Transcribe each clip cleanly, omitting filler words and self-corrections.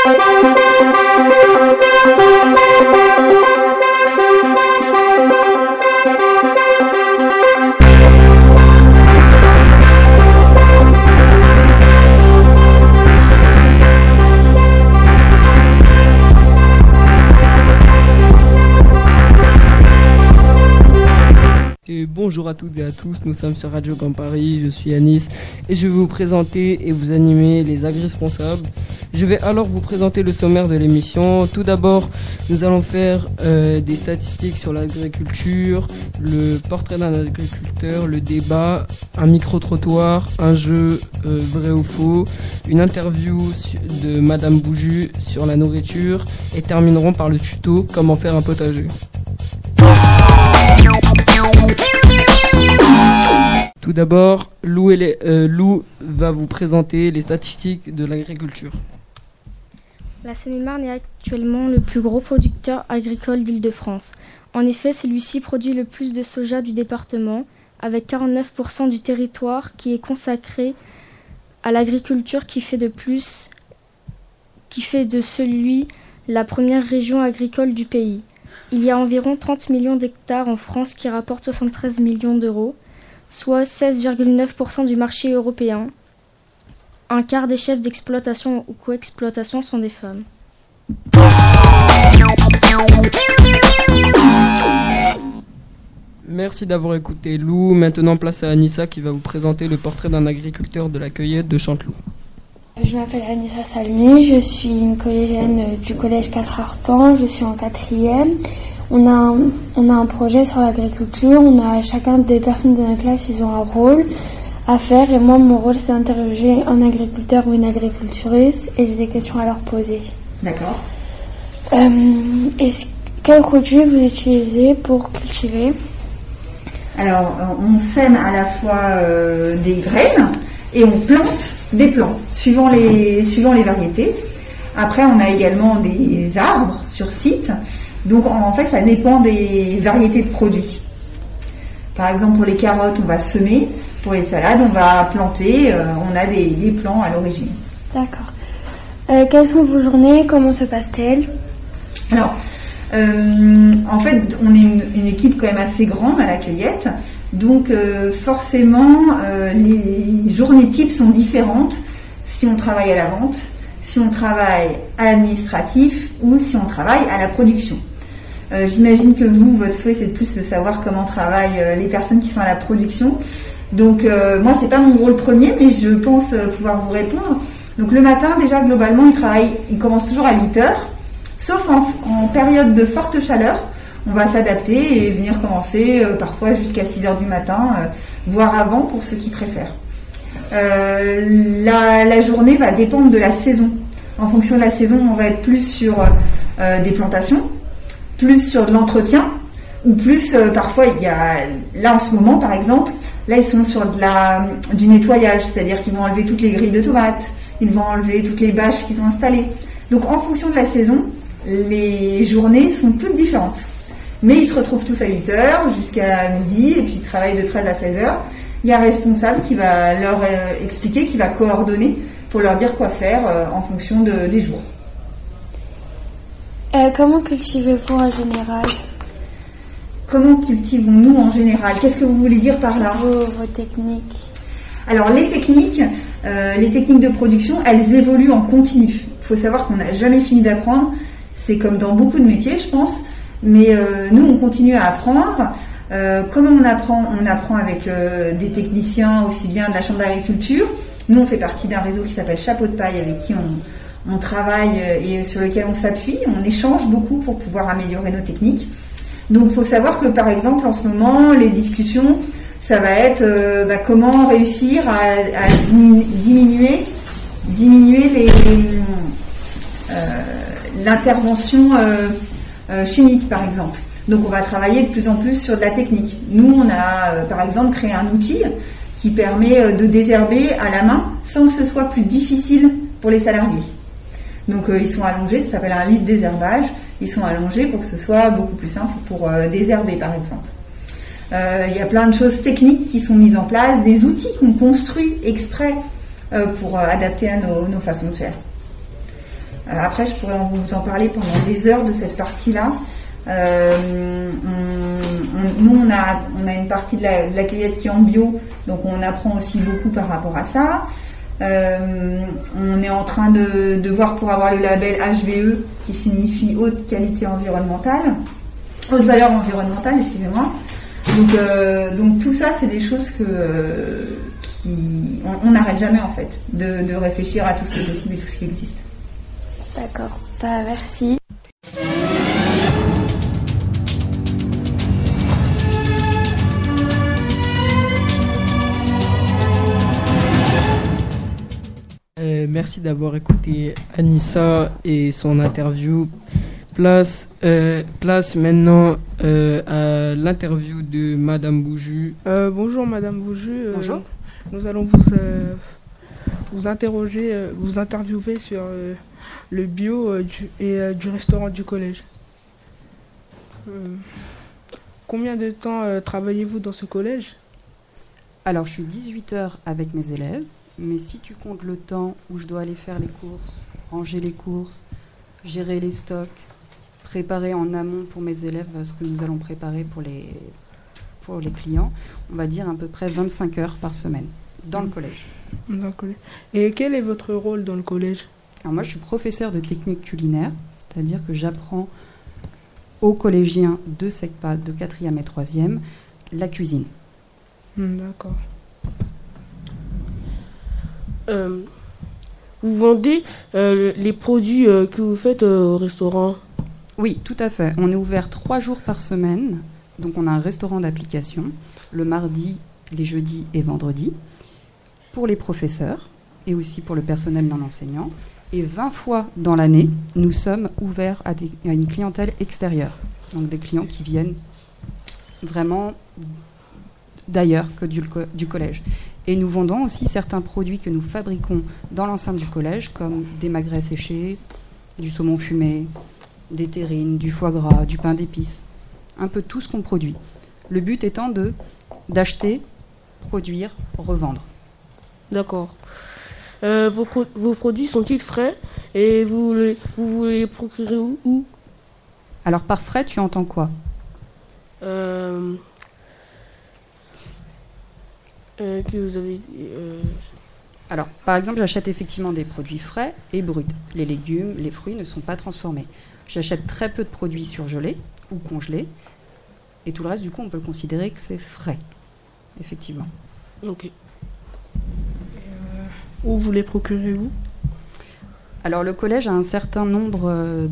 Bonjour à toutes et à tous, nous sommes sur Radio Grand Paris, je suis Anis et je vais vous présenter et vous animer les agri-responsables. Je vais alors vous présenter le sommaire de l'émission. Tout d'abord, nous allons faire des statistiques sur l'agriculture, le portrait d'un agriculteur, le débat, un micro-trottoir, un jeu vrai ou faux, une interview de Madame Bouju sur la nourriture et terminerons par le tuto comment faire un potager. Tout d'abord, Lou va vous présenter les statistiques de l'agriculture. La Seine-et-Marne est actuellement le plus gros producteur agricole d'Île-de-France. En effet, celui-ci produit le plus de soja du département, avec 49% du territoire qui est consacré à l'agriculture qui fait de celui la première région agricole du pays. Il y a environ 30 millions d'hectares en France qui rapportent 73 millions d'euros, soit 16,9% du marché européen. Un quart des chefs d'exploitation ou coexploitation sont des femmes. Merci d'avoir écouté Lou. Maintenant, place à Anissa qui va vous présenter le portrait d'un agriculteur de la cueillette de Chanteloup. Je m'appelle Anissa Salmi, je suis une collégienne du collège 4 Arpents, je suis en 4e. On a un projet sur l'agriculture, chacun des personnes de notre classe, ils ont un rôle à faire et moi mon rôle c'est d'interroger un agriculteur ou une agricultrice et j'ai des questions à leur poser. D'accord. Quel produit vous utilisez pour cultiver ? Alors on sème à la fois des graines et on plante des plants suivant les variétés. Après on a également des arbres sur site. Donc en fait ça dépend des variétés de produits. Par exemple pour les carottes on va semer, pour les salades on va planter, on a des plants à l'origine. D'accord. Quelles sont vos journées, comment se passent-elles ? Alors en fait on est une équipe quand même assez grande à la cueillette, donc forcément les journées types sont différentes si on travaille à la vente, si on travaille à l'administratif ou si on travaille à la production. J'imagine que votre souhait c'est de plus de savoir comment travaillent les personnes qui sont à la production. Donc moi c'est pas mon rôle premier mais je pense pouvoir vous répondre. Donc le matin déjà globalement il commence toujours à 8h, sauf en période de forte chaleur. On va s'adapter et venir commencer parfois jusqu'à 6h du matin, voire avant pour ceux qui préfèrent. La journée va dépendre de la saison. En fonction de la saison on va être plus sur des plantations, plus sur de l'entretien, ou plus parfois il y a là en ce moment par exemple, là ils sont sur du nettoyage, c'est-à-dire qu'ils vont enlever toutes les grilles de tomates, ils vont enlever toutes les bâches qui sont installées. Donc en fonction de la saison, les journées sont toutes différentes. Mais ils se retrouvent tous à 8h jusqu'à midi et puis ils travaillent de 13 à 16h. Il y a un responsable qui va leur expliquer, qui va coordonner pour leur dire quoi faire en fonction des jours. Comment cultivez-vous en général ? Comment cultivons-nous en général ? Qu'est-ce que vous voulez dire par là ? Vos techniques. Alors les techniques de production, elles évoluent en continu. Il faut savoir qu'on n'a jamais fini d'apprendre. C'est comme dans beaucoup de métiers, je pense. Mais nous, on continue à apprendre. Comment on apprend ? On apprend avec des techniciens aussi bien de la Chambre d'agriculture. Nous, on fait partie d'un réseau qui s'appelle Chapeau de paille avec qui on travaille et sur lequel on s'appuie. On échange beaucoup pour pouvoir améliorer nos techniques. Donc, il faut savoir que, par exemple, en ce moment, les discussions, ça va être comment réussir à diminuer l'intervention chimique, par exemple. Donc, on va travailler de plus en plus sur de la technique. Nous, on a, par exemple, créé un outil qui permet de désherber à la main sans que ce soit plus difficile pour les salariés. Donc ils sont allongés, ça s'appelle un lit de désherbage, ils sont allongés pour que ce soit beaucoup plus simple pour désherber par exemple. Il y a plein de choses techniques qui sont mises en place, des outils qu'on construit exprès pour adapter à nos façons de faire. Après, je pourrais vous en parler pendant des heures de cette partie-là. Nous, on a une partie de la cueillette qui est en bio, donc on apprend aussi beaucoup par rapport à ça. On est en train de voir pour avoir le label HVE, qui signifie haute qualité environnementale, haute valeur environnementale, excusez-moi. Donc tout ça, c'est des choses on n'arrête jamais en fait de réfléchir à tout ce qui est possible et tout ce qui existe. D'accord, merci. Merci d'avoir écouté Anissa et son interview. Place maintenant à l'interview de Madame Bouju. Bonjour Madame Bouju. Bonjour. Nous allons vous interviewer sur le bio du restaurant du collège. Combien de temps travaillez-vous dans ce collège ? Alors, je suis 18 heures avec mes élèves, mais si tu comptes le temps où je dois aller faire les courses, ranger les courses, gérer les stocks, préparer en amont pour mes élèves ce que nous allons préparer pour les clients, on va dire à peu près 25 heures par semaine dans le collège. Dans le collège. Et quel est votre rôle dans le collège ? Alors moi, je suis professeure de technique culinaire, c'est-à-dire que j'apprends aux collégiens de SECPA de 4e et 3e la cuisine. D'accord. Vous vendez les produits que vous faites au restaurant ? Oui, tout à fait. On est ouvert 3 jours par semaine. Donc on a un restaurant d'application le mardi, les jeudis et vendredis pour les professeurs et aussi pour le personnel non enseignant. Et 20 fois dans l'année, nous sommes ouverts à une clientèle extérieure. Donc des clients qui viennent vraiment d'ailleurs que du collège. Et nous vendons aussi certains produits que nous fabriquons dans l'enceinte du collège, comme des magrets séchés, du saumon fumé, des terrines, du foie gras, du pain d'épices, un peu tout ce qu'on produit. Le but étant d'acheter, produire, revendre. D'accord. Vos produits sont-ils frais et vous les procurez où ? Alors par frais, tu entends quoi ? Que vous avez Alors, par exemple, j'achète effectivement des produits frais et bruts. Les légumes, les fruits ne sont pas transformés. J'achète très peu de produits surgelés ou congelés. Et tout le reste, du coup, on peut considérer que c'est frais. Effectivement. Ok. Où vous les procurez-vous ? Alors, le collège a un certain nombre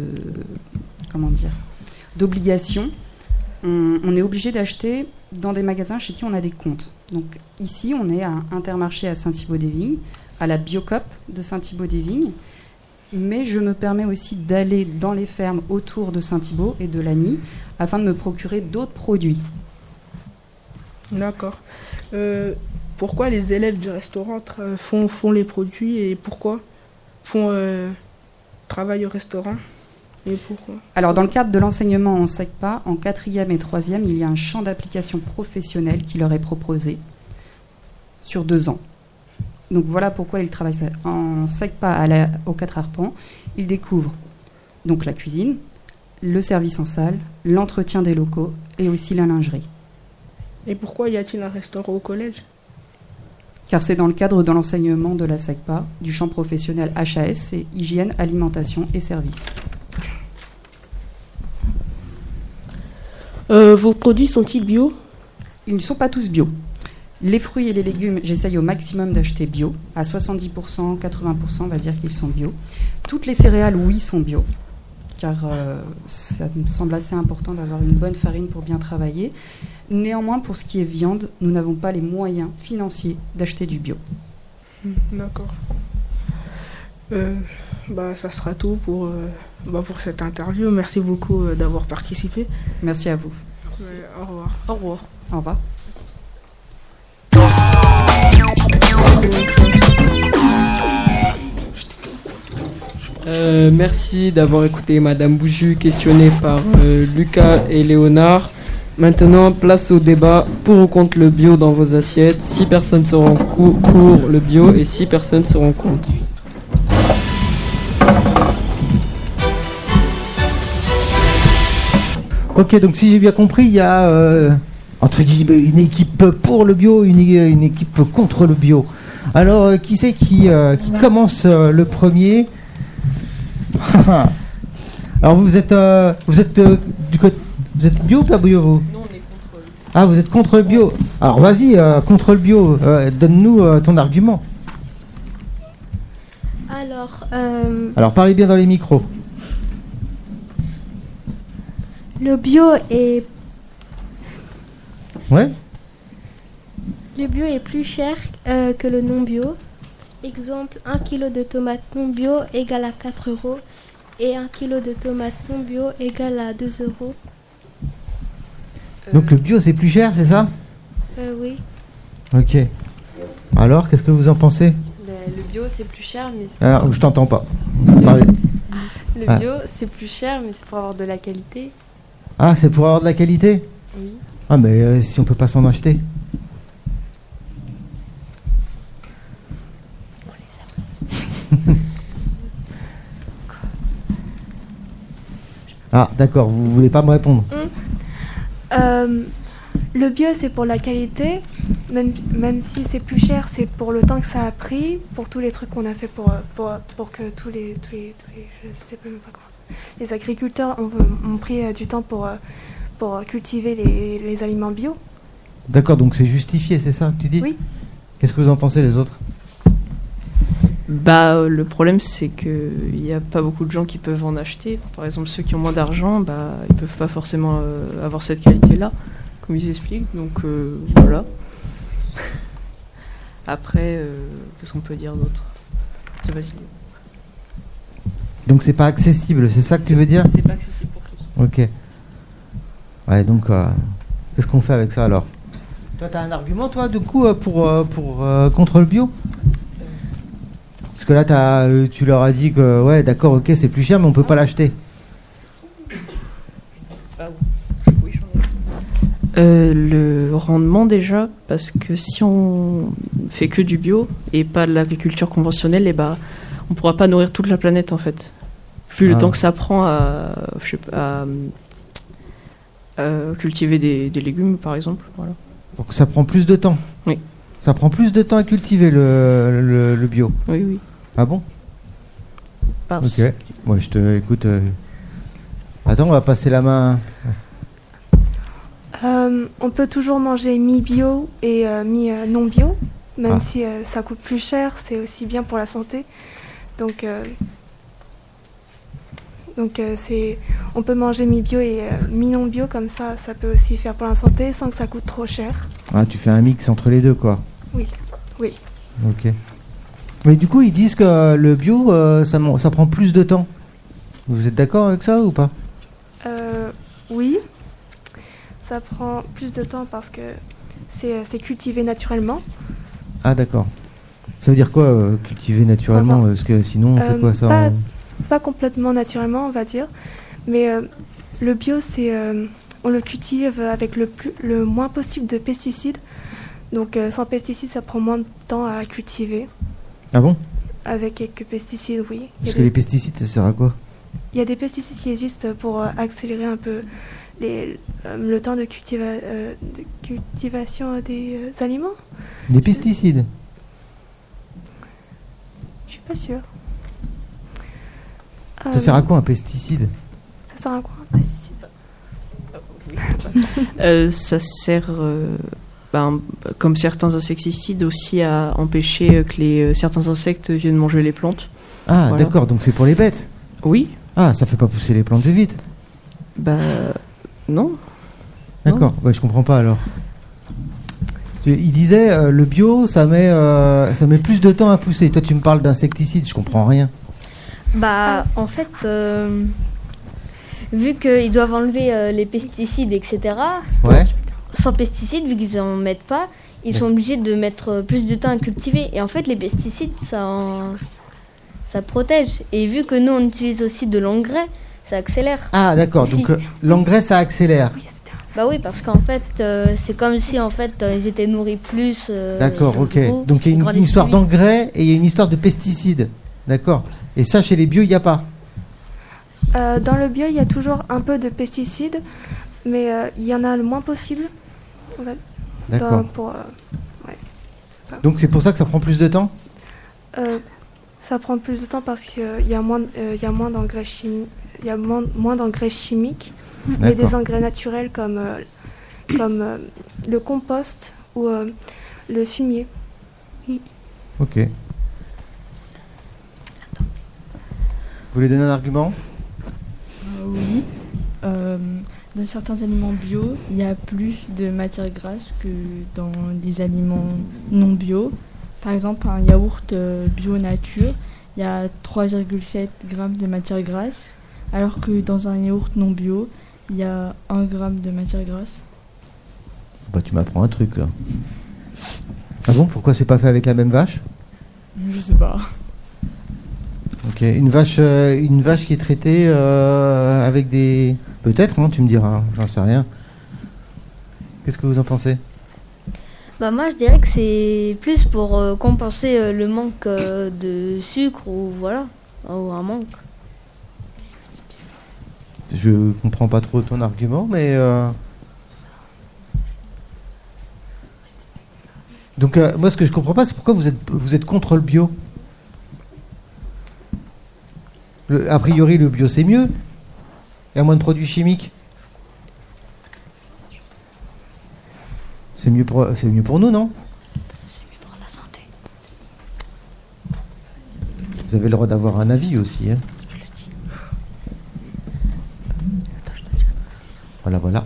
d'obligations. On est obligé d'acheter dans des magasins chez qui on a des comptes. Donc ici, on est à Intermarché à Saint-Thibaud-des-Vignes, à la Biocop de Saint-Thibaud-des-Vignes, mais je me permets aussi d'aller dans les fermes autour de Saint-Thibaud et de Lagny afin de me procurer d'autres produits. D'accord. Pourquoi les élèves du restaurant font les produits et pourquoi travaillent au restaurant ? Et pourquoi ? Alors, dans le cadre de l'enseignement en SECPA, en 4e et 3e, il y a un champ d'application professionnel qui leur est proposé sur 2 ans. Donc, voilà pourquoi ils travaillent en SECPA aux 4 arpents. Ils découvrent donc la cuisine, le service en salle, l'entretien des locaux et aussi la lingerie. Et pourquoi y a-t-il un restaurant au collège ? Car c'est dans le cadre de l'enseignement de la SECPA, du champ professionnel HAS, c'est hygiène, alimentation et services. Vos produits sont-ils bio ? Ils ne sont pas tous bio. Les fruits et les légumes, j'essaye au maximum d'acheter bio. À 70%, 80%, on va dire qu'ils sont bio. Toutes les céréales, oui, sont bio. Car ça me semble assez important d'avoir une bonne farine pour bien travailler. Néanmoins, pour ce qui est viande, nous n'avons pas les moyens financiers d'acheter du bio. D'accord. Ça sera tout pour cette interview. Merci beaucoup d'avoir participé. Merci à vous. Au revoir. Au revoir. Au revoir. Merci d'avoir écouté Madame Bouju, questionnée par Lucas et Léonard. Maintenant, place au débat pour ou contre le bio dans vos assiettes. 6 personnes seront pour le bio et 6 personnes seront contre. Ok, donc si j'ai bien compris, il y a entre guillemets une équipe pour le bio, une équipe contre le bio. Alors, qui c'est qui commence le premier? Alors vous êtes du côté, vous êtes bio ou pas bio vous? Non, on est contre le bio. Ah, vous êtes contre le bio. Alors vas-y, contre le bio, donne-nous ton argument. Alors, Parlez bien dans les micros. Le bio est Ouais. Le bio est plus cher que le non bio. Exemple, 1 kg de tomates non bio égale à 4 € et 1 kg de tomates non bio égale à 2 €. Donc le bio c'est plus cher, c'est ça? Oui. Ok. Alors, qu'est-ce que vous en pensez? Le bio c'est plus cher, mais Alors, je t'entends pas. Faut parler. le bio c'est plus cher, mais c'est pour avoir de la qualité. Ah, c'est pour avoir de la qualité? Oui. Ah, mais si on peut pas s'en acheter. Ah, d'accord, vous voulez pas me répondre. Le bio, c'est pour la qualité, même si c'est plus cher, c'est pour le temps que ça a pris, pour tous les trucs qu'on a fait pour que tous les je sais même pas comment ça. Les agriculteurs ont pris du temps pour cultiver les aliments bio. D'accord, donc c'est justifié, c'est ça que tu dis? Oui. Qu'est-ce que vous en pensez les autres? Bah, le problème, c'est qu'il n'y a pas beaucoup de gens qui peuvent en acheter. Par exemple, ceux qui ont moins d'argent, bah, ils ne peuvent pas forcément avoir cette qualité-là, comme ils expliquent. Donc, voilà. Après, qu'est-ce qu'on peut dire d'autre? C'est facile. Donc, c'est pas accessible, c'est ça que tu veux dire? C'est pas accessible pour tous. Ok. Ouais, donc, qu'est-ce qu'on fait avec ça alors? Toi, tu as un argument, toi, du coup, pour contre le bio? Parce que là, tu leur as dit que, ouais, d'accord, ok, c'est plus cher, mais on peut pas l'acheter. Ah oui, j'en ai. Le rendement déjà, parce que si on fait que du bio et pas de l'agriculture conventionnelle, et bah, on pourra pas nourrir toute la planète en fait. Vu le temps que ça prend à cultiver des légumes, par exemple. Voilà. Donc ça prend plus de temps. Oui. Ça prend plus de temps à cultiver le bio. Oui, oui. Ah bon? Parce... Ok. Moi, je te écoute. Attends, on va passer la main. On peut toujours manger mi-bio et mi-non bio, même si ça coûte plus cher, c'est aussi bien pour la santé. Donc on peut manger mi-bio et mi-non bio, comme ça peut aussi faire pour la santé sans que ça coûte trop cher. Ah, tu fais un mix entre les deux, quoi. Oui. Ok. Mais du coup, ils disent que le bio, ça prend plus de temps. Vous êtes d'accord avec ça ou pas? Oui. Ça prend plus de temps parce que c'est cultivé naturellement. Ah, d'accord. Ça veut dire quoi, cultiver naturellement? Parce que sinon, on fait quoi ça? Pas complètement naturellement, on va dire. Mais le bio, on le cultive avec le moins possible de pesticides. Donc sans pesticides, ça prend moins de temps à cultiver. Ah bon? Avec quelques pesticides, oui. Parce que les pesticides, ça sert à quoi? Il y a des pesticides qui existent pour accélérer un peu le temps de cultivation des aliments. Des pesticides? Je suis pas sûre. Ça sert à quoi un pesticide? Ça sert à quoi un pesticide? Ça sert... comme certains insecticides aussi à empêcher que certains insectes viennent manger les plantes. Ah, voilà. D'accord, donc c'est pour les bêtes? Oui. Ah, ça fait pas pousser les plantes plus vite? Bah, non. D'accord, ouais, je comprends pas alors. Il disait, le bio, ça met plus de temps à pousser. Toi, tu me parles d'insecticides, je comprends rien. Bah, en fait, vu qu'ils doivent enlever les pesticides, etc., ouais. Sans pesticides, vu qu'ils n'en mettent pas, ils sont obligés de mettre plus de temps à cultiver. Et en fait, les pesticides, ça protège. Et vu que nous, on utilise aussi de l'engrais, ça accélère. Ah, d'accord. Aussi. Donc, l'engrais, ça accélère. Bah oui, parce qu'en fait, c'est comme si en fait, ils étaient nourris plus. D'accord, ok. Coup, donc, il y a une histoire d'engrais et il y a une histoire de pesticides. D'accord. Et ça, chez les bio, il n'y a pas? Dans le bio, il y a toujours un peu de pesticides, mais il y en a le moins possible. D'accord. Ouais, ça. Donc c'est pour ça que ça prend plus de temps? Ça prend plus de temps parce qu'il y a moins d'engrais chimiques. Il y a moins d'engrais chimiques, mais des engrais naturels comme le compost ou le fumier. Ok. Vous voulez donner un argument? Oui. Dans certains aliments bio, il y a plus de matière grasse que dans les aliments non bio. Par exemple, un yaourt bio nature, il y a 3,7 grammes de matière grasse, alors que dans un yaourt non bio, il y a 1 gramme de matière grasse. Bah, tu m'apprends un truc là. Ah bon, pourquoi c'est pas fait avec la même vache? Je sais pas. Ok, une vache qui est traitée avec des... Peut-être, hein, tu me diras, j'en sais rien. Qu'est-ce que vous en pensez? Bah moi je dirais que c'est plus pour compenser le manque de sucre ou voilà, ou un manque. Je comprends pas trop ton argument, mais... Donc moi ce que je comprends pas, c'est pourquoi vous êtes contre le bio. A priori le bio c'est mieux. Il y a moins de produits chimiques. C'est mieux pour nous, non? C'est mieux pour la santé. Vous avez le droit d'avoir un avis aussi. Hein. Je le dis. Attends, je te dis. Voilà.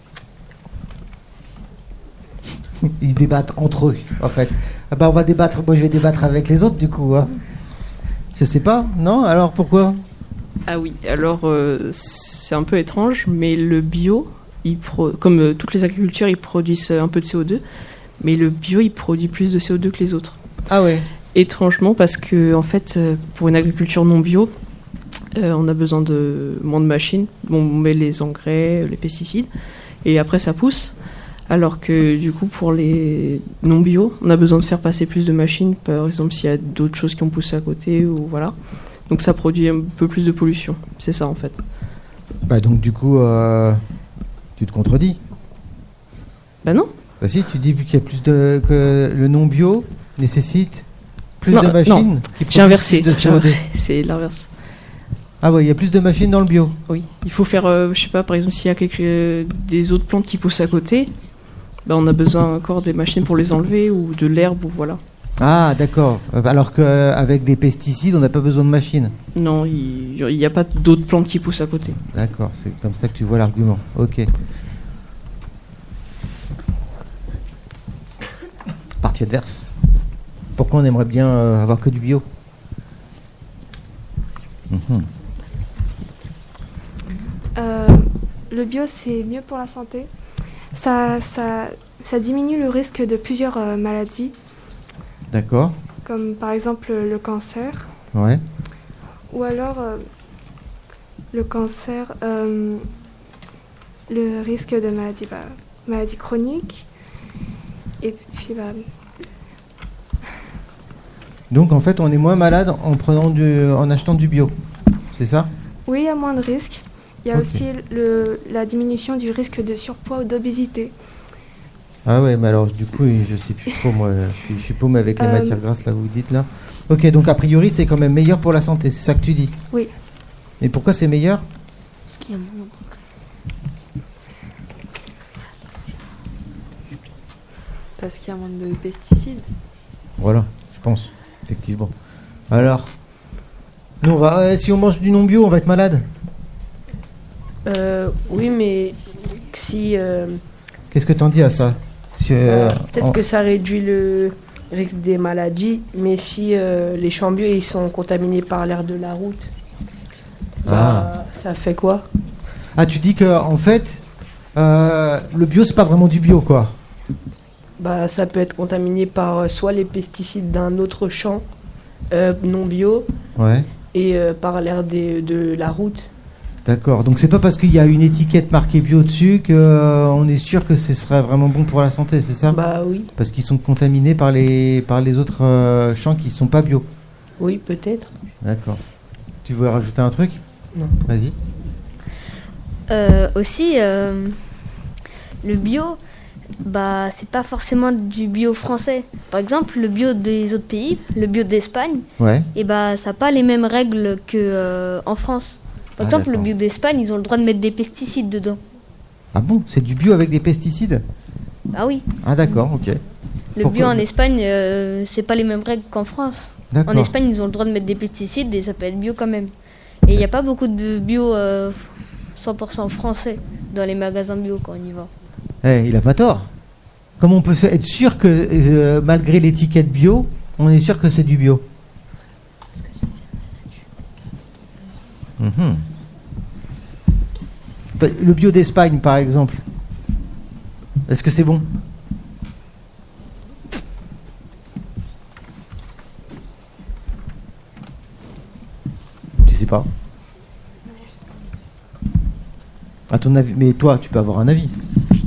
Ils se débattent entre eux, en fait. Ah bah on va débattre. Moi je vais débattre avec les autres du coup. Hein. Je sais pas, non? Alors pourquoi? Ah oui, alors c'est un peu étrange, mais le bio, comme toutes les agricultures, ils produisent un peu de CO2, mais le bio, il produit plus de CO2 que les autres. Ah ouais. Étrangement, parce que en fait, pour une agriculture non bio, on a besoin de moins de machines. Bon, on met les engrais, les pesticides, et après ça pousse. Alors que du coup, pour les non bio, on a besoin de faire passer plus de machines, par exemple s'il y a d'autres choses qui ont poussé à côté, ou voilà. Donc ça produit un peu plus de pollution. C'est ça en fait. Bah donc du coup, tu te contredis. Bah non. Bah si, tu dis qu'il y a plus que le non bio nécessite plus de machines. J'ai inversé. C'est l'inverse. Ah ouais, il y a plus de machines dans le bio. Oui. Il faut faire, je sais pas, par exemple s'il y a des autres plantes qui poussent à côté, bah on a besoin encore des machines pour les enlever ou de l'herbe ou voilà. Ah, d'accord. Alors qu'avec des pesticides, on n'a pas besoin de machines. Non, il n'y a pas d'autres plantes qui poussent à côté. D'accord, c'est comme ça que tu vois l'argument. Ok. Partie adverse. Pourquoi on aimerait bien avoir que du bio? Le bio, c'est mieux pour la santé. Ça diminue le risque de plusieurs maladies. D'accord. Comme par exemple le cancer. Ouais. Ou alors le cancer, le risque de maladie chronique. Et puis Donc en fait on est moins malade en achetant du bio, c'est ça? Oui, il y a moins de risques. Il y a aussi la diminution du risque de surpoids ou d'obésité. Ah ouais, mais alors du coup, je sais plus trop, moi, je suis paumé avec les matières grasses, là, vous dites là. Ok, donc a priori, c'est quand même meilleur pour la santé, c'est ça que tu dis? Oui. Et pourquoi c'est meilleur? Parce qu'il y a moins Parce qu'il y a moins de pesticides. Voilà, je pense, effectivement. Alors, nous, si on mange du non-bio, on va être malade? Oui, mais si... Qu'est-ce que t'en dis à ça? Peut-être que ça réduit le risque des maladies, mais si les champs bio ils sont contaminés par l'air de la route, ça fait quoi? Ah, tu dis que en fait, le bio c'est pas vraiment du bio, quoi. Bah, ça peut être contaminé par soit les pesticides d'un autre champ non bio, ouais, et par l'air de la route. D'accord, donc c'est pas parce qu'il y a une étiquette marquée bio dessus qu'on est sûr que ce serait vraiment bon pour la santé, c'est ça? Bah oui. Parce qu'ils sont contaminés par les autres champs qui sont pas bio. Oui, peut-être. D'accord. Tu veux rajouter un truc? Non. Vas-y. Aussi, le bio, bah, c'est pas forcément du bio français. Par exemple, le bio des autres pays, le bio d'Espagne, et bah, ça n'a pas les mêmes règles qu'en France. Par exemple, le bio d'Espagne, ils ont le droit de mettre des pesticides dedans. Ah bon, c'est du bio avec des pesticides? Ah oui. Ah d'accord, ok. Le bio en Espagne, c'est pas les mêmes règles qu'en France. D'accord. En Espagne, ils ont le droit de mettre des pesticides et ça peut être bio quand même. Et il n'y a pas beaucoup de bio 100% français dans les magasins bio quand on y va. Il a pas tort. Comment on peut être sûr que malgré l'étiquette bio, on est sûr que c'est du bio? Le bio d'Espagne, par exemple, est-ce que c'est bon? Je sais pas. À ton avis, mais toi, tu peux avoir un avis.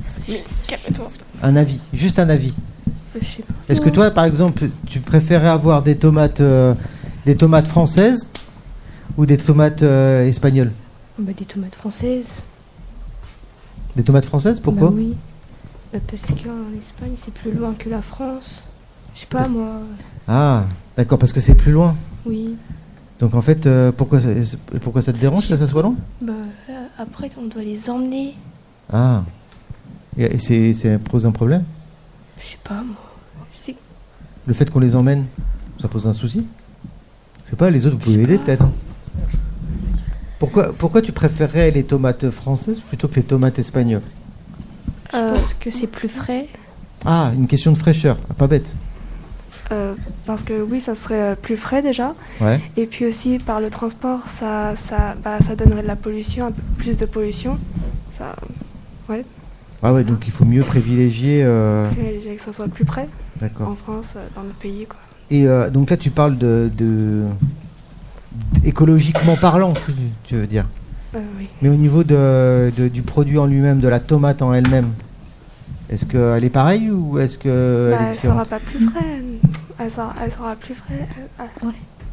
Un avis, juste un avis. Est-ce que toi, par exemple, tu préférais avoir des tomates françaises ou des tomates espagnoles? Bah, des tomates françaises. Des tomates françaises, pourquoi? Bah oui. Parce qu'en Espagne, c'est plus loin que la France. Je sais pas, moi. Ah, d'accord, parce que c'est plus loin. Oui. Donc en fait, pourquoi ça te dérange que ça soit loin? Bah, après, on doit les emmener. Ah. Et ça pose un problème? Je sais pas, moi. Le fait qu'on les emmène, ça pose un souci? Je sais pas, les autres, vous pouvez aider peut-être. Hein. Pourquoi tu préférerais les tomates françaises plutôt que les tomates espagnoles? Je pense que c'est plus frais. Ah, une question de fraîcheur, pas bête. Parce que oui, ça serait plus frais déjà. Ouais. Et puis aussi, par le transport, ça donnerait de la pollution, un peu plus de pollution. Ça, ouais. Ah ouais, donc il faut mieux privilégier... que ça soit plus près. D'accord. En France, dans notre pays, quoi. Et donc là, tu parles écologiquement parlant, tu veux dire? Oui. Mais au niveau du produit en lui-même, de la tomate en elle-même, est-ce qu'elle est pareille ou est-ce qu'elle est différente? Elle sera pas plus frais. Elle sera plus frais. Ouais.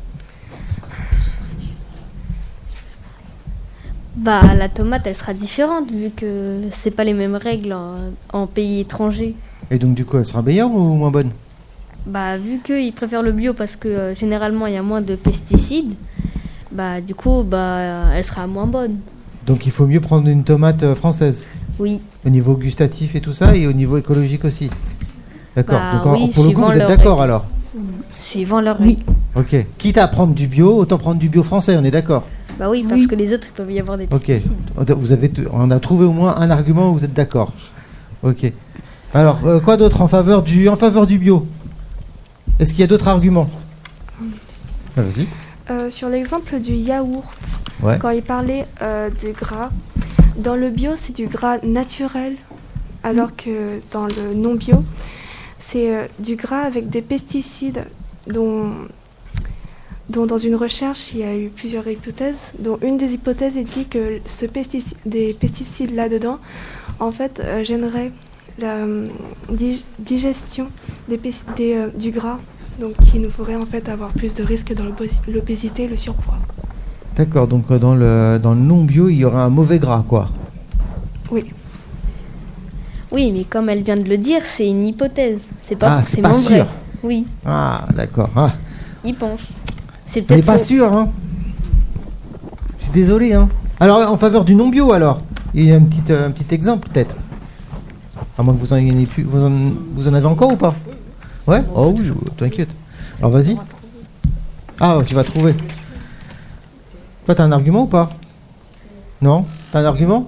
Bah, la tomate, elle sera différente vu que c'est pas les mêmes règles en pays étrangers. Et donc du coup, elle sera meilleure ou moins bonne? Bah, vu qu'ils préfèrent le bio parce que généralement il y a moins de pesticides, bah du coup, bah, elle sera moins bonne. Donc il faut mieux prendre une tomate française? Oui. Au niveau gustatif et tout ça, et au niveau écologique aussi? D'accord. Bah, donc oui, pour le coup, vous êtes d'accord alors? Suivant leur règles. Ok. Quitte à prendre du bio, autant prendre du bio français, on est d'accord? Bah oui, parce que les autres, il peut y avoir des pesticides. Ok. On a trouvé au moins un argument où vous êtes d'accord. Ok. Alors, quoi d'autre en faveur du bio? Est-ce qu'il y a d'autres arguments? Ah, vas-y. Sur l'exemple du yaourt, quand il parlait du gras, dans le bio, c'est du gras naturel, alors que dans le non-bio, c'est du gras avec des pesticides dont dans une recherche, il y a eu plusieurs hypothèses, dont une des hypothèses est dit que des pesticides là-dedans, en fait, gêneraient la digestion du gras, donc qui nous ferait en fait avoir plus de risques dans l'obésité et le surpoids. D'accord, donc dans le non-bio, il y aura un mauvais gras, quoi. Oui. Oui, mais comme elle vient de le dire, c'est une hypothèse. C'est pas forcément pas sûr. vrai. Oui. Ah, d'accord. Ah. Il pense. C'est On peut-être n'est pas faux. sûr, hein. Je suis désolé, hein. Alors, en faveur du non-bio, alors, il y a un petit exemple, peut-être. À moins que vous en ayez plus. Vous en avez encore ou pas? Ouais. Oh oui, t'inquiète. Alors, vas-y. Ah, tu vas trouver. Toi, t'as un argument ou pas? Non? T'as un argument?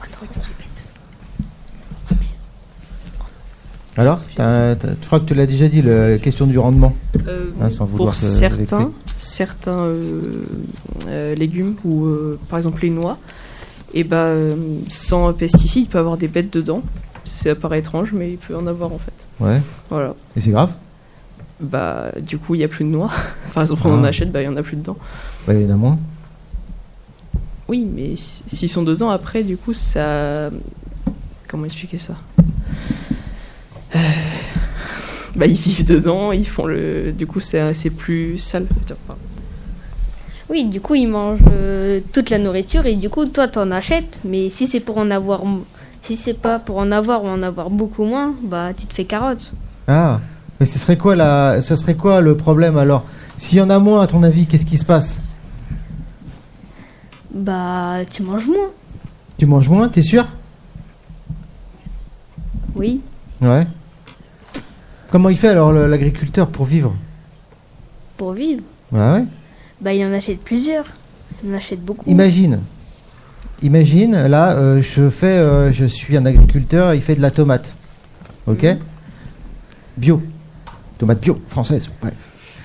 Alors, tu crois que tu l'as déjà dit, la question du rendement, sans vouloir pour te certains légumes ou par exemple les noix, et sans pesticides, il peut y avoir des bêtes dedans. Ça paraît étrange, mais il peut en avoir en fait. Ouais. Voilà. Et c'est grave? Du coup, il n'y a plus de noix. Par exemple, on en achète, il n'y en a plus dedans. Il y en a moins. Oui, mais s'ils sont dedans, après, du coup, ça... Comment expliquer ça? Ils vivent dedans, ils font le... Du coup, c'est plus sale. Oui, du coup, ils mangent toute la nourriture et du coup, toi, t'en achètes. Mais si c'est pour en avoir, si c'est pas pour en avoir ou en avoir beaucoup moins, bah, tu te fais carotte. Ah, mais ce serait quoi le problème alors? S'il y en a moins, à ton avis, qu'est-ce qui se passe? Bah, tu manges moins. Tu manges moins, t'es sûr? Oui. Ouais. Comment il fait alors l'agriculteur pour vivre? Pour vivre. Ouais. Bah, il en achète plusieurs. Il en achète beaucoup. Imagine, là, je suis un agriculteur, il fait de la tomate. Ok? Bio. Tomate bio, française. Ouais.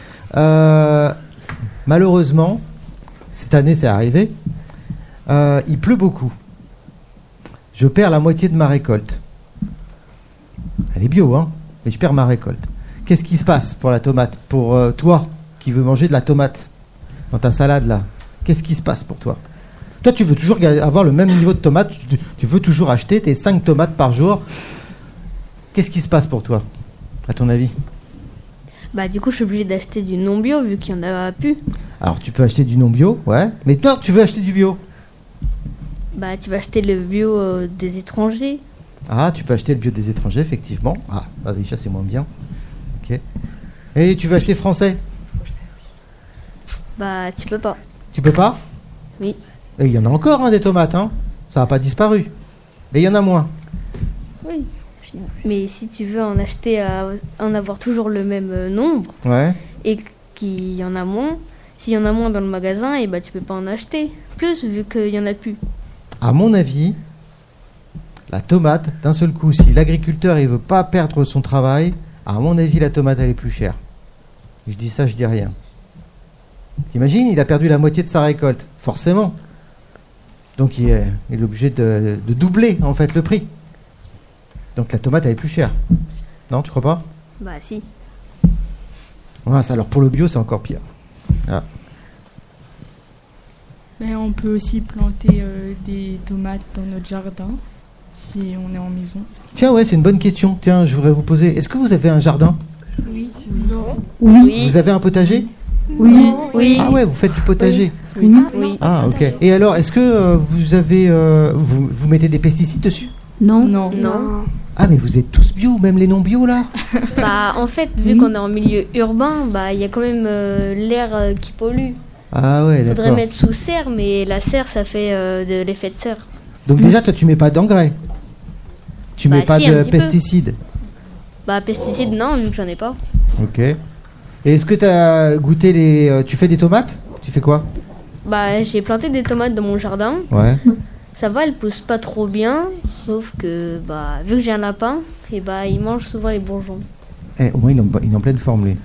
Malheureusement, cette année, c'est arrivé. Il pleut beaucoup. Je perds la moitié de ma récolte. Elle est bio, hein, mais je perds ma récolte. Qu'est-ce qui se passe pour la tomate? Pour toi, qui veux manger de la tomate dans ta salade, là, qu'est-ce qui se passe pour toi? Toi, tu veux toujours avoir le même niveau de tomates, tu veux toujours acheter tes 5 tomates par jour. Qu'est-ce qui se passe pour toi, à ton avis? Bah, du coup, je suis obligée d'acheter du non-bio vu qu'il n'y en a plus. Alors, tu peux acheter du non-bio, ouais, mais toi, tu veux acheter du bio. Bah, tu vas acheter le bio des étrangers. Ah, tu peux acheter le bio des étrangers, effectivement. Ah, déjà, c'est moins bien. Ok. Et tu veux acheter français? Bah, tu peux pas. Tu peux pas? Oui. Et il y en a encore, hein, des tomates, hein. Ça n'a pas disparu. Mais il y en a moins. Oui. Mais si tu veux en acheter, en avoir toujours le même nombre, ouais, et qu'il y en a moins, s'il y en a moins dans le magasin, et bah tu peux pas en acheter plus vu qu'il y en a plus. À mon avis, la tomate, d'un seul coup, si l'agriculteur il veut pas perdre son travail, à mon avis, la tomate elle est plus chère. Je dis ça, je dis rien. T'imagines, il a perdu la moitié de sa récolte, forcément. Donc il est obligé de doubler en fait le prix. Donc la tomate elle est plus chère. Non, tu crois pas? Bah si. Ouais, alors pour le bio c'est encore pire. Voilà. Mais on peut aussi planter des tomates dans notre jardin si on est en maison. Tiens, ouais, c'est une bonne question. Tiens, je voudrais vous poser. Est-ce que vous avez un jardin? Oui. Non. Oui. Vous avez un potager? Oui. Oui. Ah ouais, vous faites du potager? Oui. Oui. Ah ok. Et alors, est-ce que vous avez vous mettez des pesticides dessus? Non. Non. Ah mais vous êtes tous bio, même les non bio là? Bah en fait, vu qu'on est en milieu urbain, bah il y a quand même l'air qui pollue. Ah ouais, d'accord. Faudrait mettre sous serre, mais la serre ça fait de l'effet de serre. Donc déjà toi tu mets pas d'engrais? Tu mets pas si, de un petit peu. pesticides? Bah pesticides non, vu que j'en ai pas. Ok. Et est-ce que tu as goûté les... tu fais des tomates? Tu fais quoi? Bah j'ai planté des tomates dans mon jardin. Ouais. Ça va, elles poussent pas trop bien, sauf que bah vu que j'ai un lapin, et bah il mange souvent les bourgeons. Au moins il est en pleine forme lui.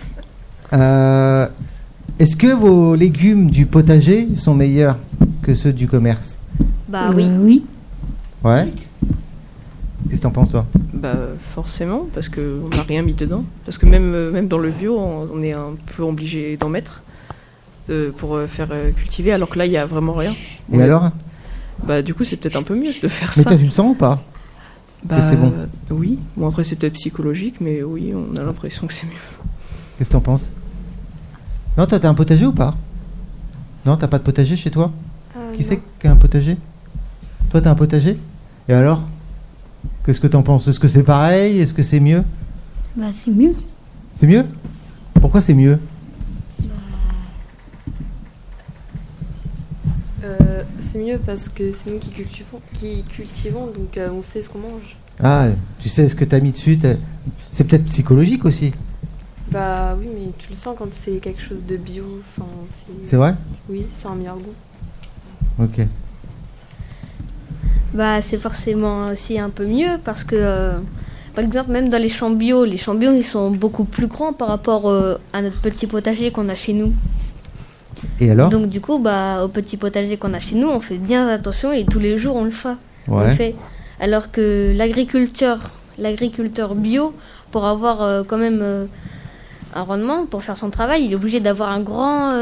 Est-ce que vos légumes du potager sont meilleurs que ceux du commerce? Bah oui. Oui. Ouais. Qu'est-ce que t'en penses toi? Bah forcément, parce qu'on n'a rien mis dedans. Parce que même dans le bio, on est un peu obligé d'en mettre pour faire cultiver, alors que là, il n'y a vraiment rien. Et alors? Bah du coup, c'est peut-être un peu mieux de faire Mais ça. toi, tu le sens ou pas? Bah que c'est bon. Oui. Bon, après, c'est peut-être psychologique, mais oui, on a l'impression que c'est mieux. Qu'est-ce que t'en penses? Non, toi, t'as un potager ou pas? Non, t'as pas de potager chez toi? Qui c'est qui a un potager? Toi, t'as un potager? Et alors? Qu'est-ce que t'en penses? Est-ce que c'est pareil? Est-ce que c'est mieux? Bah c'est mieux. C'est mieux? Pourquoi c'est mieux? C'est mieux parce que c'est nous qui cultivons, donc on sait ce qu'on mange. Ah, tu sais ce que t'as mis dessus, c'est peut-être psychologique aussi. Bah oui, mais tu le sens quand c'est quelque chose de bio. C'est vrai? Oui, c'est un meilleur goût. Ok. Bah c'est forcément aussi un peu mieux parce que par exemple même dans les champs bio ils sont beaucoup plus grands par rapport à notre petit potager qu'on a chez nous. Et alors? Donc du coup bah au petit potager qu'on a chez nous on fait bien attention et tous les jours on le fait. Ouais. On le fait. Alors que l'agriculteur bio pour avoir quand même un rendement pour faire son travail il est obligé d'avoir un grand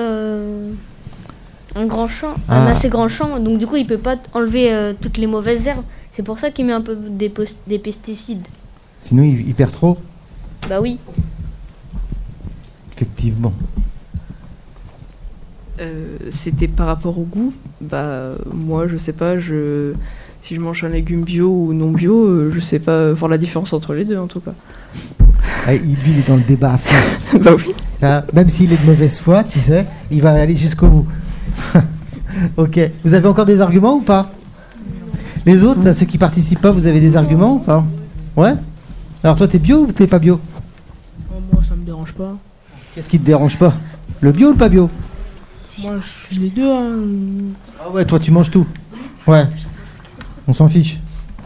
champ, un assez grand champ, donc du coup il peut pas enlever toutes les mauvaises herbes. C'est pour ça qu'il met un peu des pesticides. Sinon il perd trop? Bah oui. Effectivement. C'était par rapport au goût. Bah, moi, je sais pas, si je mange un légume bio ou non bio, je sais pas voir la différence entre les deux en tout cas. Ah, lui, il est dans le débat à fond. Bah oui. Ça, même s'il est de mauvaise foi, tu sais, il va aller jusqu'au bout. Ok. Vous avez encore des arguments ou pas? Les autres, là, ceux qui participent pas, vous avez des arguments ou pas? Ouais. Alors toi, t'es bio ou t'es pas bio? Moi, ça me dérange pas. Qu'est-ce qui te dérange pas? Le bio ou le pas bio? Moi, je fais les deux. Hein. Ah ouais, toi, tu manges tout. Ouais. On s'en fiche.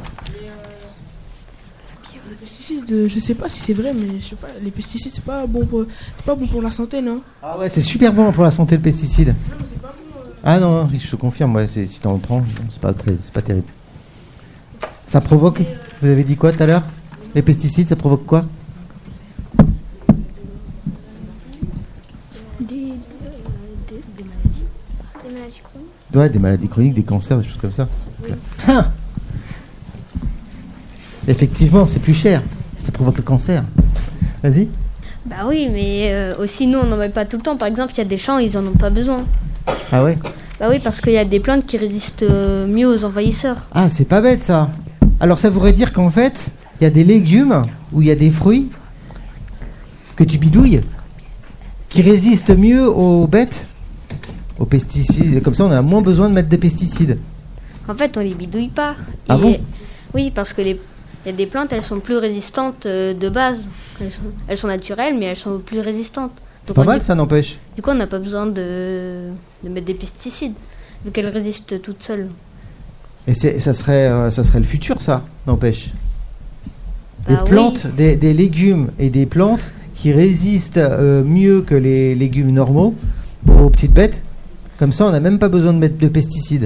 Les pesticides, je sais pas si c'est vrai, mais je sais pas. Les pesticides, c'est pas bon pour la santé, non? Ah ouais, c'est super bon pour la santé, le pesticide. Non, mais c'est pas bon. Ah non, je te confirme, ouais, si t'en prends, c'est pas terrible. Ça provoque, vous avez dit quoi tout à l'heure? Les pesticides, ça provoque quoi? Des maladies chroniques. Ouais, des maladies chroniques, des cancers, des choses comme ça. Oui. Ah, effectivement, c'est plus cher. Ça provoque le cancer. Vas-y. Bah oui, mais aussi nous on n'en met pas tout le temps. Par exemple, il y a des champs, ils en ont pas besoin. Ah ouais? Bah oui, parce qu'il y a des plantes qui résistent mieux aux envahisseurs. Ah, c'est pas bête ça. Alors ça voudrait dire qu'en fait, il y a des légumes ou il y a des fruits que tu bidouilles qui résistent mieux aux bêtes, aux pesticides. Comme ça, on a moins besoin de mettre des pesticides. En fait, on les bidouille pas. Ah bon? Oui, parce que il y a des plantes, elles sont plus résistantes de base. Elles sont naturelles, mais elles sont plus résistantes. C'est pas mal, ça n'empêche. Du coup, on n'a pas besoin de mettre des pesticides, vu qu'elles résistent toutes seules. Et ça serait le futur, ça, n'empêche. Des Bah plantes, oui. des légumes et des plantes qui résistent mieux que les légumes normaux aux petites bêtes. Comme ça, on n'a même pas besoin de mettre de pesticides.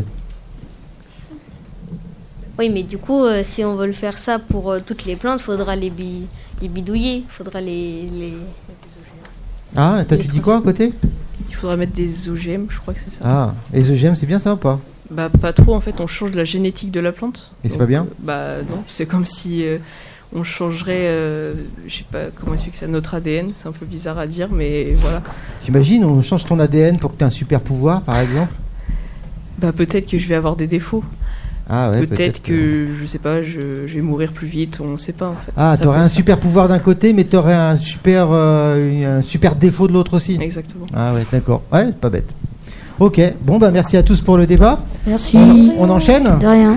Oui, mais du coup, si on veut le faire ça pour toutes les plantes, il faudra les bidouiller. Il faudra les... Ah, toi, tu dis quoi à côté? Il faudra mettre des OGM, je crois que c'est ça. Ah, les OGM, c'est bien ça ou pas? Bah pas trop, en fait, on change la génétique de la plante. Et c'est pas bien? Bah non, c'est comme si on changerait, je sais pas comment expliquer ça, notre ADN. C'est un peu bizarre à dire, mais voilà. T'imagines, on change ton ADN pour que tu aies un super pouvoir, par exemple? Bah peut-être que je vais avoir des défauts. Ah ouais, peut-être que, je sais pas, je vais mourir plus vite, on sait pas en fait. Ah, t'aurais un super pouvoir d'un côté, mais t'aurais un super défaut de l'autre aussi. Exactement. Ah ouais, d'accord. Ouais, c'est pas bête. Ok, bon bah merci à tous pour le débat. Merci. On enchaîne? De rien.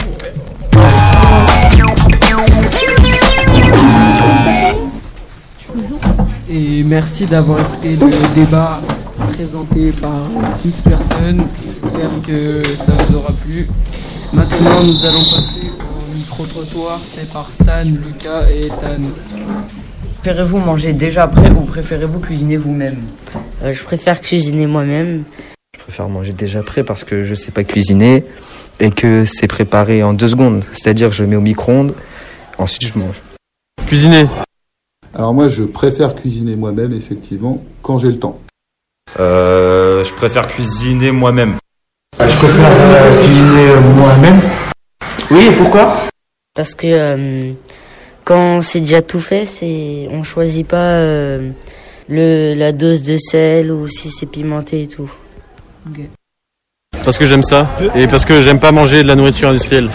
Et merci d'avoir écouté le débat présenté par 12 personnes. J'espère que ça vous aura plu. Maintenant, nous allons passer au micro-trottoir fait par Stan, Lucas et Ethan. Préférez-vous manger déjà prêt ou préférez-vous cuisiner vous-même? Je préfère cuisiner moi-même. Je préfère manger déjà prêt parce que je sais pas cuisiner et que c'est préparé en 2 secondes. C'est-à-dire je le mets au micro-ondes, ensuite je mange. Cuisiner. Alors moi je préfère cuisiner moi-même effectivement quand j'ai le temps. Je préfère cuisiner moi-même. Je préfère cuisiner moi-même. Oui, et pourquoi? Parce que quand c'est déjà tout fait, on choisit pas la dose de sel ou si c'est pimenté et tout. Okay. Parce que j'aime ça et parce que j'aime pas manger de la nourriture industrielle.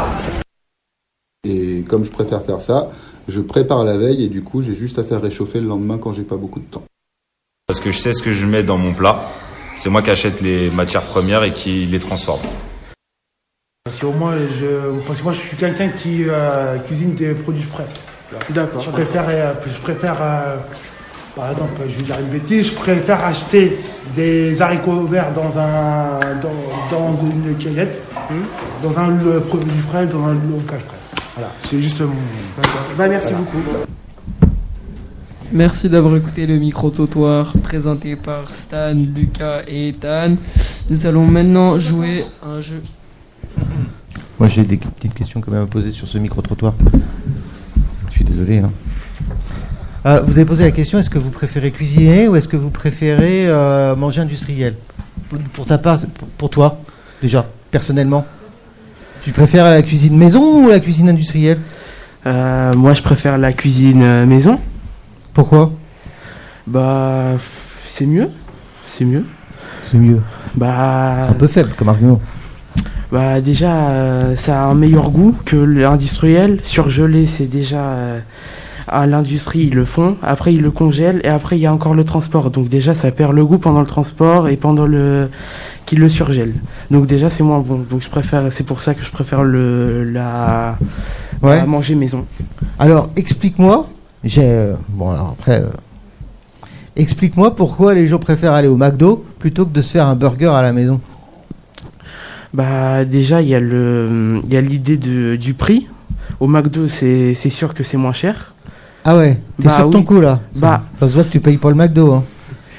Et comme je préfère faire ça, je prépare la veille et du coup j'ai juste à faire réchauffer le lendemain quand j'ai pas beaucoup de temps. Parce que je sais ce que je mets dans mon plat. C'est moi qui achète les matières premières et qui les transforme. Parce que moi je suis quelqu'un qui cuisine des produits frais. D'accord. Je préfère par exemple, je vais dire une bêtise, je préfère acheter des haricots verts dans une cueillette, dans un produit frais, dans un local frais. Voilà, c'est juste mon... Bah, merci beaucoup. Merci d'avoir écouté le micro-trottoir présenté par Stan, Lucas et Ethan. Nous allons maintenant jouer à un jeu. Moi j'ai des petites questions quand même à poser sur ce micro-trottoir. Je suis désolé. Vous avez posé la question, est-ce que vous préférez cuisiner ou est-ce que vous préférez manger industriel? Pour ta part, pour toi, déjà, personnellement, tu préfères la cuisine maison ou la cuisine industrielle? Moi je préfère la cuisine maison. Pourquoi? Bah, c'est mieux. C'est mieux. C'est mieux. Bah, C'est un peu faible comme argument. bah déjà, ça a un meilleur goût que l'industriel. Surgelé, c'est déjà à l'industrie, ils le font. Après, ils le congèlent et après, il y a encore le transport. Donc déjà, ça perd le goût pendant le transport et pendant qu'ils le surgèlent. Donc déjà, c'est moins bon. Donc c'est pour ça que je préfère la manger maison. Alors, explique-moi. Bon, alors après, explique-moi pourquoi les gens préfèrent aller au McDo plutôt que de se faire un burger à la maison. Bah déjà, il y a l'idée du prix. Au McDo, c'est sûr que c'est moins cher. Ah ouais, t'es sur ton coup là. Bah, ça se voit que tu payes pas le McDo. Hein.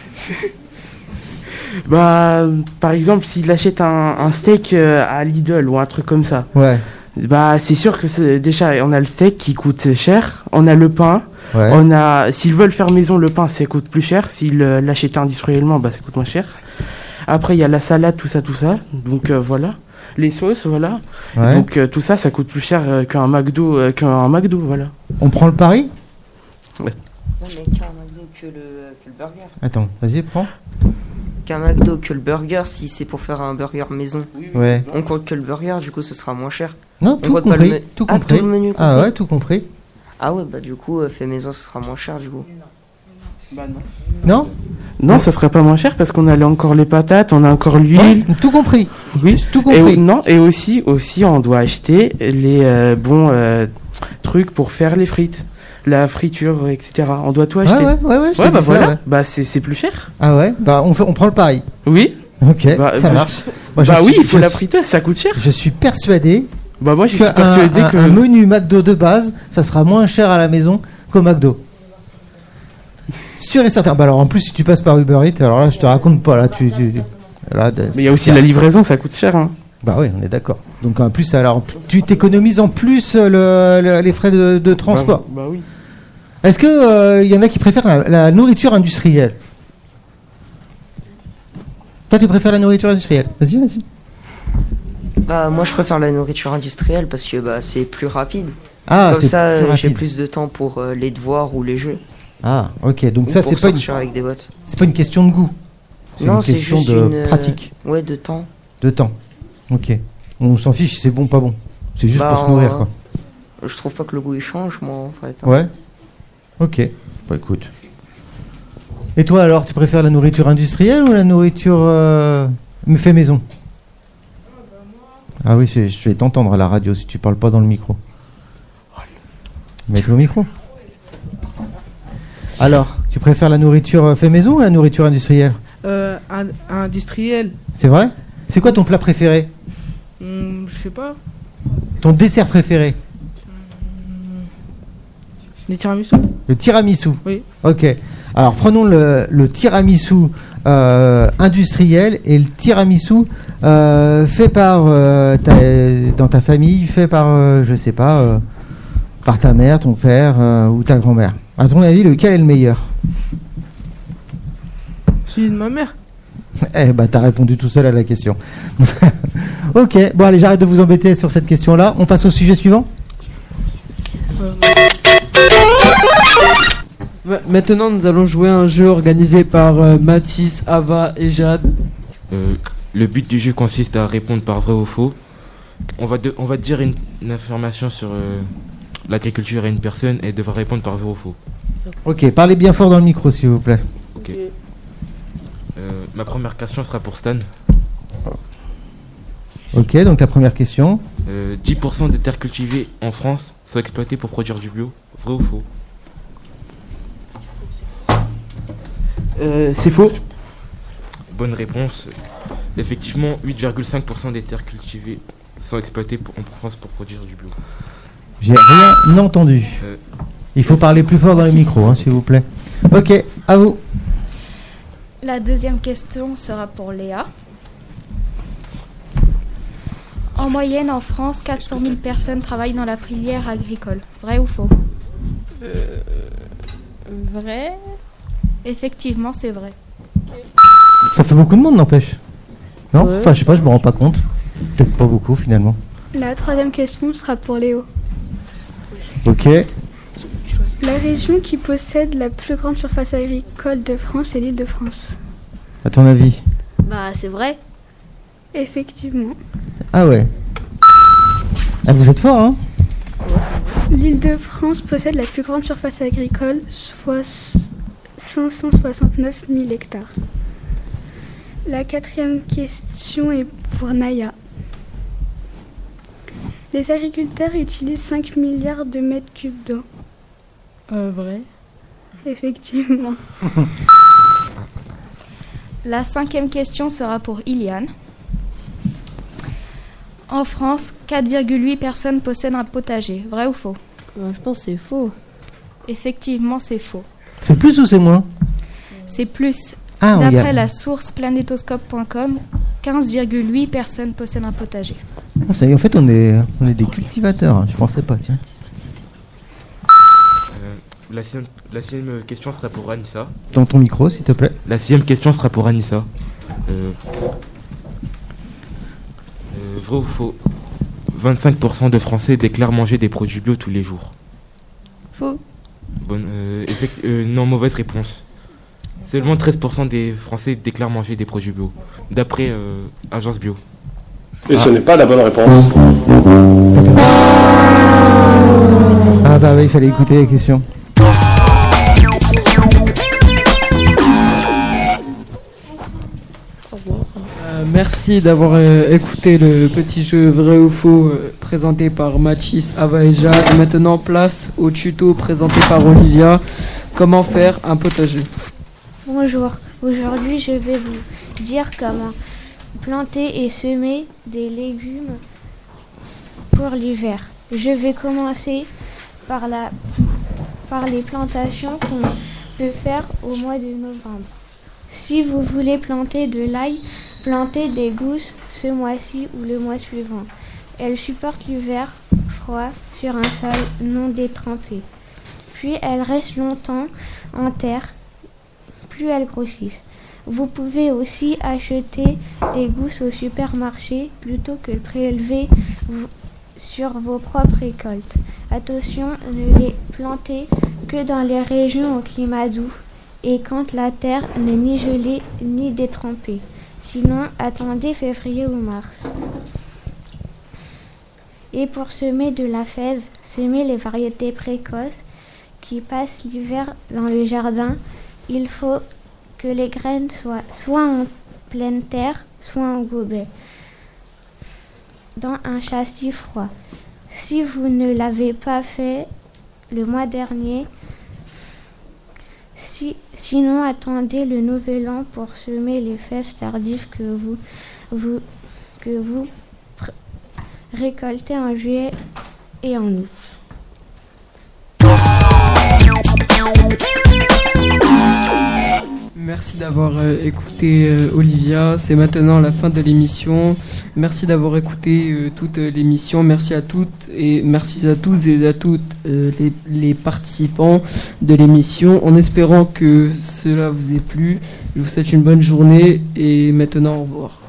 Bah, par exemple, s'il achète un steak à Lidl ou un truc comme ça. Ouais. Bah, c'est sûr que déjà, on a le steak qui coûte cher. On a le pain. Ouais. S'ils veulent faire maison, le pain, ça coûte plus cher. S'ils l'achètent industriellement, bah, ça coûte moins cher. Après, il y a la salade, tout ça. Donc, voilà. Les sauces, voilà. Ouais. Donc, tout ça coûte plus cher qu'un McDo, voilà. On prend le pari ? Ouais. Non, mais qu'un McDo que le burger. Attends, vas-y, prends. Qu'un McDo que le burger, si c'est pour faire un burger maison. Ouais. On compte que le burger, du coup, ce sera moins cher. Non, tout compris. Tout compris. Tout le menu compris. Ah ouais, tout compris. Ah ouais, bah du coup, fait maison, ce sera moins cher, du coup. Bah non. Non ? Non, ça serait pas moins cher parce qu'on a encore les patates, on a encore l'huile. Ouais, tout compris. Oui, tout compris. Et aussi, on doit acheter les bons trucs pour faire les frites, la friture, etc. On doit tout acheter. Ouais, bah voilà. Ouais. Bah c'est plus cher. Ah ouais. Bah on prend le pari. Oui. Ok. Bah, ça marche. Il faut la friteuse, ça coûte cher. Je suis persuadé. Bah moi, je suis persuadé que un menu McDo de base, ça sera moins cher à la maison qu'au McDo. Sûr et certain. Bah alors en plus si tu passes par Uber Eats, alors là je te raconte pas là là, mais il y a aussi la livraison, ça coûte cher hein. Bah oui, on est d'accord. Donc en plus alors tu t'économises en plus les frais de transport. Bah oui. Est-ce que y en a qui préfèrent la nourriture industrielle ? Toi tu préfères la nourriture industrielle ? Vas-y. Bah moi je préfère la nourriture industrielle parce que c'est plus rapide. Ah, comme c'est ça plus rapide. J'ai plus de temps pour les devoirs ou les jeux. Ah, ok. Donc ou ça, c'est pas une question de goût. C'est une question de pratique. Ouais, de temps. De temps. Ok. On s'en fiche si c'est bon ou pas bon. C'est juste pour se nourrir, quoi. Je trouve pas que le goût il change, moi, en fait. Ouais. Ok. Bah écoute. Et toi, alors, tu préfères la nourriture industrielle ou la nourriture fait maison ? Ah oui, je vais t'entendre à la radio si tu parles pas dans le micro. Mets-toi au micro. Alors, tu préfères la nourriture fait maison ou la nourriture industrielle ? Industrielle. C'est vrai ? C'est quoi ton plat préféré ? Je sais pas. Ton dessert préféré ? Les tiramisu. Le tiramisu ? Oui. Ok. Alors, prenons le tiramisu industriel et le tiramisu fait par dans ta famille, fait par, je sais pas, par ta mère, ton père ou ta grand-mère. À ton avis, lequel est le meilleur ? Celui de ma mère. Eh bah, t'as répondu tout seul à la question. Ok, bon allez, j'arrête de vous embêter sur cette question-là. On passe au sujet suivant. Maintenant, nous allons jouer à un jeu organisé par Mathis, Ava et Jade. Le but du jeu consiste à répondre par vrai ou faux. On va te dire une information sur l'agriculture à une personne et devra répondre par vrai ou faux. Ok, parlez bien fort dans le micro s'il vous plaît. Ok. Ma première question sera pour Stan. Ok, donc la première question. 10% des terres cultivées en France sont exploitées pour produire du bio. Vrai ou faux ? C'est faux. Bonne réponse. Effectivement, 8,5% des terres cultivées sont exploitées en France pour produire du bio. J'ai rien entendu. Il faut parler plus fort dans le micro, hein, s'il vous plaît. Ok, à vous. La deuxième question sera pour Léa. En moyenne, en France, 400 000 personnes travaillent dans la filière agricole. Vrai ou faux ? Vrai ? Effectivement, c'est vrai. Ça fait beaucoup de monde, n'empêche. Non ? Ouais. Enfin, je sais pas, je me rends pas compte. Peut-être pas beaucoup, finalement. La troisième question sera pour Léo. Ok. La région qui possède la plus grande surface agricole de France est l'Île-de-France. À ton avis ? Bah, c'est vrai. Effectivement. Ah ouais. Ah, vous êtes fort, hein? L'Île-de-France possède la plus grande surface agricole, soit 569 000 hectares. La 4e question est pour Naya. Les agriculteurs utilisent 5 milliards de mètres cubes d'eau. Vrai. Effectivement. La 5e question sera pour Iliane. En France, 4,8 personnes possèdent un potager. Vrai ou faux? Je pense que c'est faux. Effectivement, c'est faux. C'est plus ou c'est moins? C'est plus. Ah, D'après la source planétoscope.com, 15,8 personnes possèdent un potager. Ah, ça y est, en fait, on est des cultivateurs. Hein. Je pensais pas, tiens. La sixième question sera pour Anissa. Dans ton micro, s'il te plaît. La 6e question sera pour Anissa. Vrai ou faux? 25% de Français déclarent manger des produits bio tous les jours. Faux. Non, mauvaise réponse. Seulement 13% des Français déclarent manger des produits bio, d'après Agence Bio. Et ce n'est pas la bonne réponse. Ah bah oui, il fallait écouter les questions. Merci d'avoir écouté le petit jeu vrai ou faux présenté par Mathis, Ava et Jade. Et maintenant, place au tuto présenté par Olivia. Comment faire un potager? Bonjour, aujourd'hui je vais vous dire comment planter et semer des légumes pour l'hiver. Je vais commencer par les plantations qu'on peut faire au mois de novembre. Si vous voulez planter de l'ail, plantez des gousses ce mois-ci ou le mois suivant. Elles supportent l'hiver froid sur un sol non détrempé. Puis elles restent longtemps en terre, plus elles grossissent. Vous pouvez aussi acheter des gousses au supermarché plutôt que de prélever sur vos propres récoltes. Attention, ne les plantez que dans les régions au climat doux et quand la terre n'est ni gelée ni détrempée. Sinon, attendez février ou mars. Et pour semer de la fève, semez les variétés précoces qui passent l'hiver dans le jardin. Il faut que les graines soient soit en pleine terre, soit en gobelet, dans un châssis froid. Si vous ne l'avez pas fait le mois dernier, sinon attendez le nouvel an pour semer les fèves tardives que vous récoltez en juillet et en août. Merci d'avoir écouté Olivia. C'est maintenant la fin de l'émission. Merci d'avoir écouté toute l'émission. Merci à toutes et merci à tous et à toutes les participants de l'émission. En espérant que cela vous ait plu, je vous souhaite une bonne journée et maintenant au revoir.